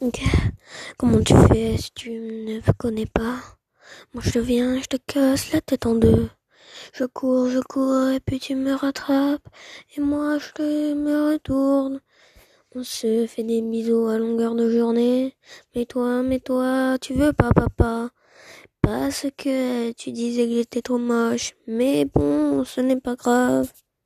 Ok. Comment tu fais si tu ne me connais pas? Moi je viens, je te casse la tête en deux. Je cours, et puis tu me rattrapes. Et moi me retourne. On se fait des bisous à longueur de journée. Mais toi, tu veux pas, papa? Parce que tu disais que j'étais trop moche. Mais bon, ce n'est pas grave.